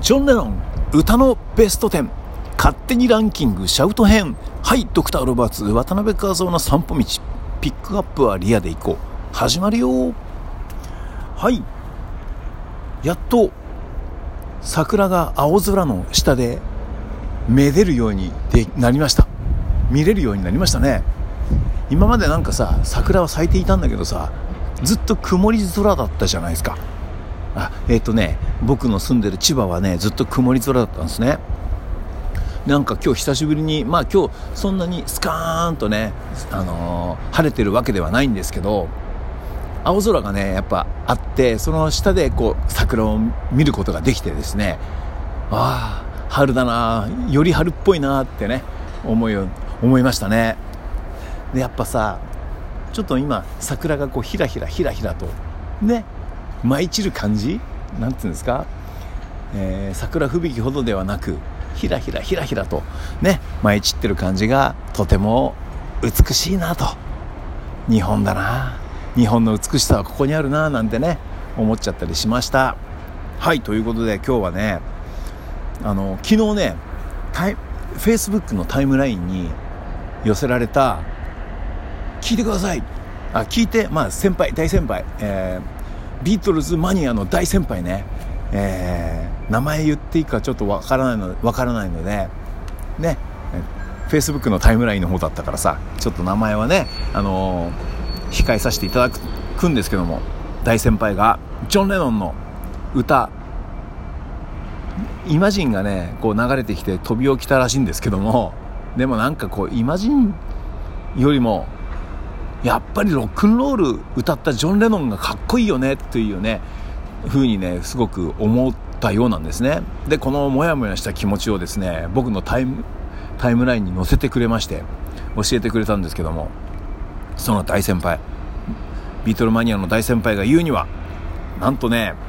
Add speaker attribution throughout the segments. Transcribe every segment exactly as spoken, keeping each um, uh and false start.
Speaker 1: ジョン・レノン歌のベストテン勝手にランキングシャウト編。はい、ドクターロバーツ渡辺和夫の散歩道、ピックアップはリアで行こう、始まるよ。はい、やっと桜が青空の下でめでるようになりました。見れるようになりましたね。今までなんかさ、桜は咲いていたんだけどさ、ずっと曇り空だったじゃないですか。あ、えっとね僕の住んでる千葉はねずっと曇り空だったんですね。なんか今日久しぶりに、まあ今日そんなにスカーンとね、あのー、晴れてるわけではないんですけど、青空がねやっぱあって、その下でこう桜を見ることができてですね、ああ春だな、より春っぽいなってね思いを思いましたね。でやっぱさ、ちょっと今桜がこうひらひらひらひらとね舞い散る感じ、なんていうんですか、えー、桜吹雪ほどではなくひらひらひらひらとね舞い散ってる感じがとても美しいなと、日本だな、日本の美しさはここにあるななんてね思っちゃったりしました。はい、ということで今日はね、あの昨日ねタイ Facebook のタイムラインに寄せられた、聞いてください、あ聞いて、まあ先輩大先輩、えー、ビートルズマニアの大先輩ね、えー、名前言っていいかちょっとわからないのわからないのでね、Facebook のタイムラインの方だったからさ、ちょっと名前はね、あのー、控えさせていただくんですけども、大先輩がジョン・レノンの歌イマジンがねこう流れてきて飛び起きたらしいんですけども、でもなんかこうイマジンよりもやっぱりロックンロール歌ったジョン・レノンがかっこいいよねっていうね風にねすごく思ったようなんですね。でこのモヤモヤした気持ちをですね僕のタイムタイムラインに載せてくれまして、教えてくれたんですけども、その大先輩、ビートルマニアの大先輩が言うには、なんとね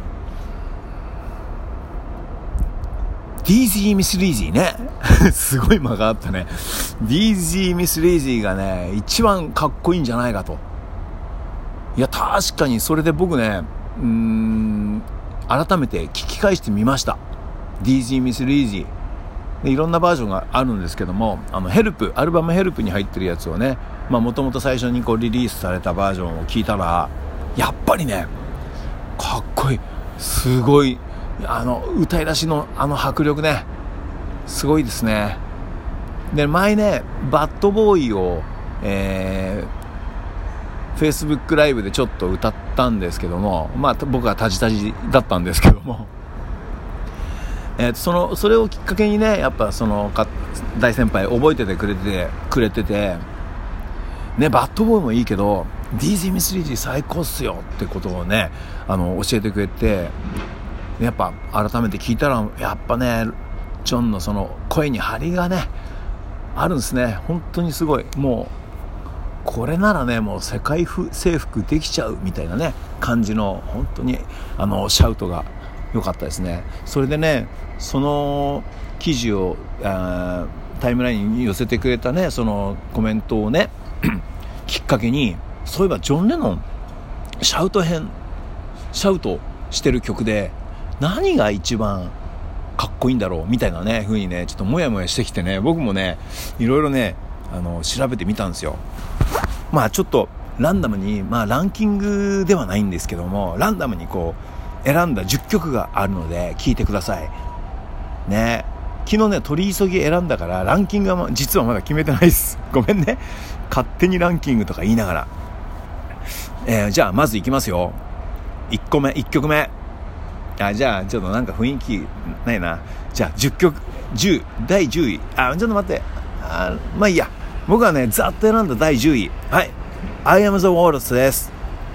Speaker 1: ディージーミスリージーねすごい間があったね。ディージーミスリージーがね一番かっこいいんじゃないかと。いや確かにそれで僕ねうーん改めて聞き返してみました。ディージーミスリージーでいろんなバージョンがあるんですけども、あのヘルプアルバムヘルプに入ってるやつをね、まあもともと最初にこうリリースされたバージョンを聞いたら、やっぱりねかっこいい、すごい、あの歌い出しのあの迫力ねすごいですね。で前ねバッドボーイを、えー、Facebook ライブでちょっと歌ったんですけども、まあ僕はタジタジだったんですけども、えー、そのそれをきっかけにねやっぱその大先輩覚えててくれてくれててね、バッドボーイもいいけど ディージー ミスリージー最高っすよってことをねあの教えてくれて、やっぱ改めて聞いたらやっぱねジョンのその声に張りがねあるんですね。本当にすごい、もうこれならねもう世界征服できちゃうみたいなね感じの本当にあのシャウトが良かったですね。それでねその記事をあタイムラインに寄せてくれたねそのコメントをねきっかけに、そういえばジョン・レノンシャウト編シャウトしてる曲で何が一番かっこいいんだろうみたいなね風にねちょっとモヤモヤしてきてね、僕もねいろいろねあの調べてみたんですよ。まあちょっとランダムに、まあランキングではないんですけども、ランダムにこう選んだじゅっきょくがあるので聞いてくださいね。昨日ね取り急ぎ選んだからランキングは実はまだ決めてないです。ごめんね、勝手にランキングとか言いながら、えー、じゃあまずいきますよ。いっこめいっきょくめ、あじゃあちょっとなんか雰囲気ないな。じゃあじゅっきょくじゅうだいじゅうい、あちょっと待って、あまあいいや、僕はねざっと選んだだいじゅうい、はい I am the Walrus です。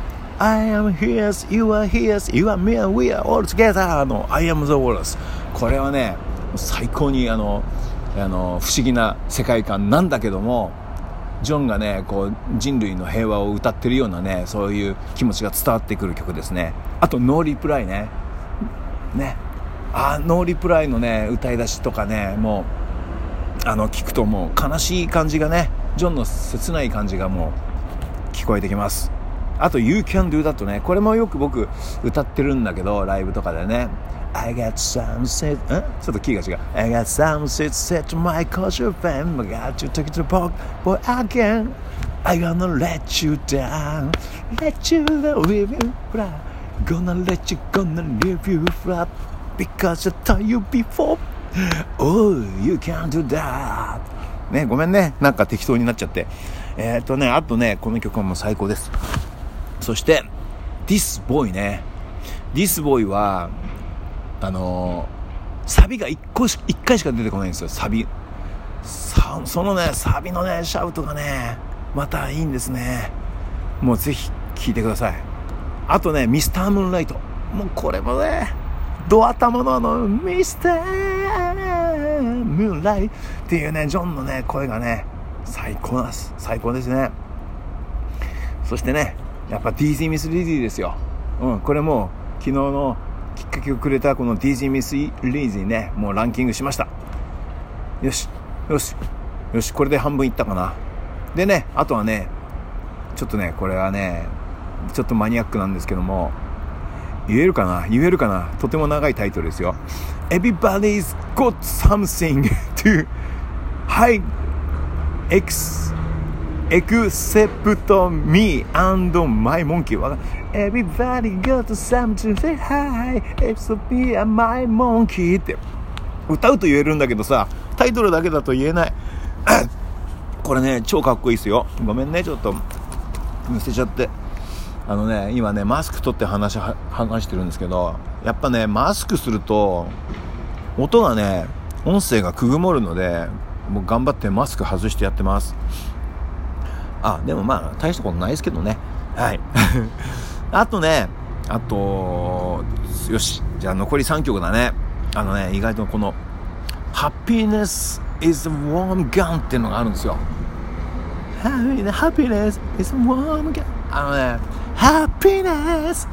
Speaker 1: I am here, you are here, you are me and we are all together の I am the Walrus、 これはね最高にあのあの不思議な世界観なんだけども、ジョンがねこう人類の平和を歌ってるようなねそういう気持ちが伝わってくる曲ですね。あとノーリプライねね、あノーリプライのね歌い出しとかね、もうあの聞くともう悲しい感じがね、ジョンの切ない感じがもう聞こえてきます。あと You Can Do That ね、これもよく僕歌ってるんだけどライブとかでね、 I got some set んちょっとキーが違う I got some set set to my culture fan I got you take it to the park boy again I gonna let you down let you down with you fly gonna let you gonna leave you flat because I told you before oh you can't do that ねごめんねなんか適当になっちゃってえー、っとねあとねこの曲はもう最高です。そして This Boy ね This Boy はあのー、サビが一個し一回しか出てこないんですよ。サビさそのねサビのねシャウトがねまたいいんですね。もうぜひ聴いてください。あとねミスタームーンライトもうこれもねド頭のあのミスタームーンライトっていうねジョンのね声がね最高なんです最高ですね。そしてねやっぱ Dizzy Miss Lizzy ですよ、うん、これもう昨日のきっかけをくれたこの Dizzy Miss Lizzy ねもうランキングしました。よしよしよしこれで半分いったかな。でねあとはねちょっとねこれはねちょっとマニアックなんですけども言えるかな言えるかなとても長いタイトルですよ。 Everybody's got something to hide Ex except me and my monkey Everybody got something to say hi except me and my monkey って歌うと言えるんだけどさタイトルだけだと言えないこれね超かっこいいですよ。ごめんねちょっと見せちゃってあのね今ねマスク取って話話してるんですけどやっぱねマスクすると音がね音声がくぐもるのでもう頑張ってマスク外してやってます。あでもまあ大したことないですけどねはいあとねあとよしじゃあ残りさんきょくだね。あのね意外とこの Happiness is a warm gun っていうのがあるんですよ。 Happiness is a warm gun あのね Happiness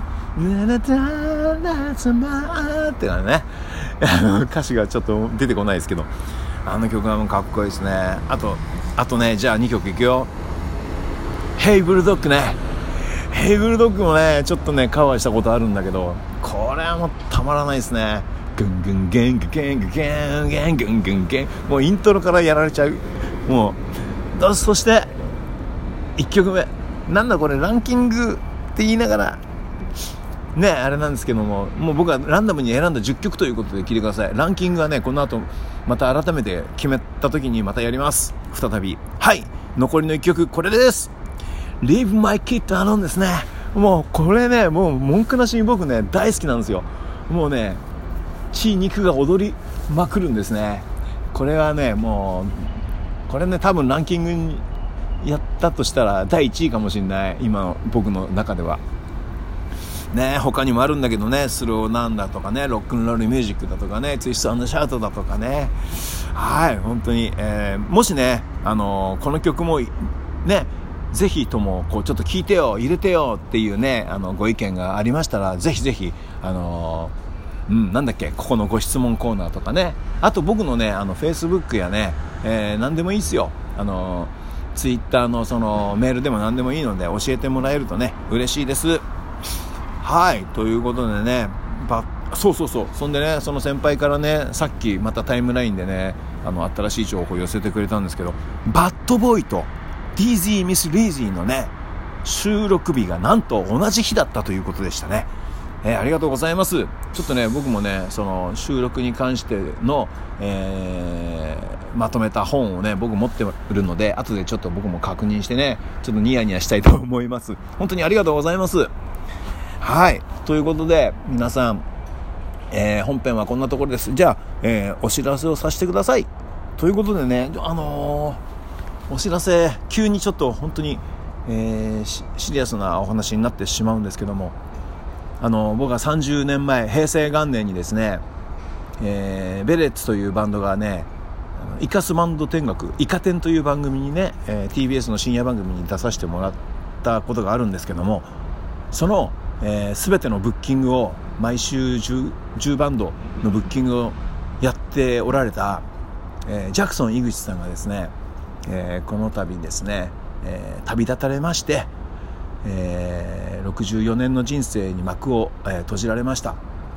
Speaker 1: ってのね歌詞がちょっと出てこないですけどあの曲はもうかっこいいですね。あとあとねじゃあにきょくいくよ。ヘイブルドッグねヘイブルドッグもねちょっとねカバーしたことあるんだけどこれはもうたまらないですね。グングンゲングゲングゲンゲングングンゲンもうイントロからやられちゃう。もうどそしていっきょくめなんだこれランキングって言いながらねあれなんですけどももう僕はランダムに選んだじゅっきょくということで聞いてください。ランキングはねこの後また改めて決めた時にまたやります再び。はい残りのいっきょくこれです。 Leave My Kid Alone ですね。もうこれねもう文句なしに僕ね大好きなんですよ。もうね血肉が踊りまくるんですね。これはねもうこれね多分ランキングにやったとしたらだいいちいかもしれない今の僕の中ではね。他にもあるんだけどねスローなんだとかねロックンロールミュージックだとかねツイスト&シャウトだとかねはい本当に、えー、もしね、あのー、この曲もねぜひともこうちょっと聞いてよ入れてよっていうねあのご意見がありましたらぜひぜひあのー、うんなんだっけここのご質問コーナーとかねあと僕のねあのフェイスブックやね、えー、何でもいいですよ。あのー、ツイッターのそのメールでも何でもいいので教えてもらえるとね嬉しいです。はいということでねばそうそうそうそんでねその先輩からねさっきまたタイムラインでねあの新しい情報を寄せてくれたんですけどバッドボーイと Dizzy Miss Lizzy のね収録日がなんと同じ日だったということでしたね。えー、ありがとうございます。ちょっとね僕もねその収録に関しての、えー、まとめた本をね僕持ってるので後でちょっと僕も確認してねちょっとニヤニヤしたいと思います。本当にありがとうございます。はいということで皆さん、えー、本編はこんなところです。じゃあ、えー、お知らせをさせてくださいということでねあのー、お知らせ急にちょっと本当に、えー、シリアスなお話になってしまうんですけどもあのー、僕はさんじゅうねんまえ平成元年にですね、えー、ベレッツというバンドがねイカスバンド天国イカ天という番組にね、えー、ティービーエス の深夜番組に出させてもらったことがあるんですけどもそのえー、全てのブッキングを毎週 10, 10バンドのブッキングをやっておられた、えー、ジャクソン井口さんがですね、えー、この度ですね、えー、旅立たれまして、えー、ろくじゅうよねんの人生に幕を、えー、閉じられました。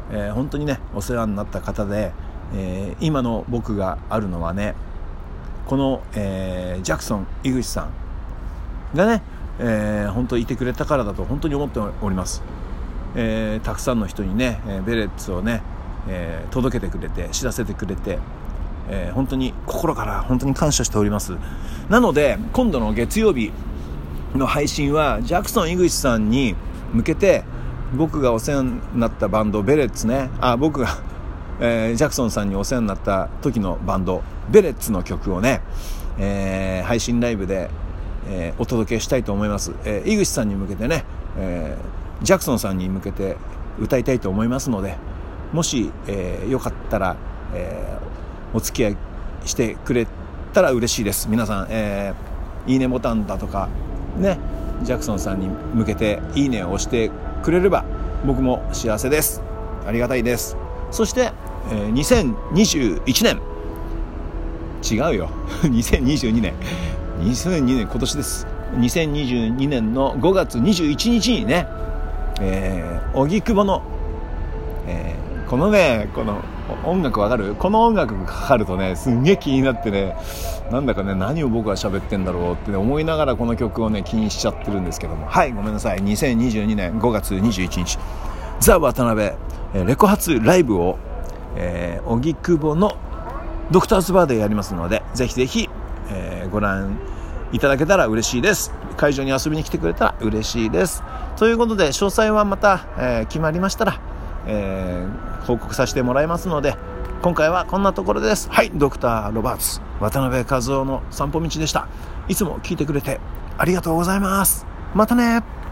Speaker 1: えー、本当にねお世話になった方で、えー、今の僕があるのはねこの、えー、ジャクソン井口さんがね、えー、本当にいてくれたからだと本当に思っております。えー、たくさんの人にねベレッツをね、えー、届けてくれて知らせてくれて、えー、本当に心から本当に感謝しております。なので今度の月曜日の配信はジャクソン井口さんに向けて僕がお世話になったバンドベレッツねあ僕が、えー、ジャクソンさんにお世話になった時のバンドベレッツの曲をね、えー、配信ライブで、えー、お届けしたいと思います。えー、井口さんに向けてね、えー、ジャクソンさんに向けて歌いたいと思いますのでもし、えー、よかったら、えー、お付き合いしてくれたら嬉しいです。皆さん、えー、いいねボタンだとかねジャクソンさんに向けていいねを押してくれれば僕も幸せです。ありがたいです。そして、えー、にせんにじゅういちねん違うよにせんにじゅうにねんにせんにねん今年です。にせんにじゅうにねんのごがつにじゅういちにちにね荻窪、えー、の、えー、このねこの音楽わかる？この音楽がかかるとねすんげえ気になってねなんだかね何を僕は喋ってんだろうって、ね、思いながらこの曲をね気にしちゃってるんですけども、はいごめんなさい。にせんにじゅうにねんごがつにじゅういちにちザ・渡辺レコ発ライブをえー、荻窪のドクターズバーでやりますのでぜひぜひ、えー、ご覧いただけたら嬉しいです。会場に遊びに来てくれたら嬉しいです。ということで詳細はまた、えー、決まりましたら、えー、報告させてもらいますので今回はこんなところです。はいドクターロバーツ渡辺和夫の散歩道でした。いつも聞いてくれてありがとうございます。またね。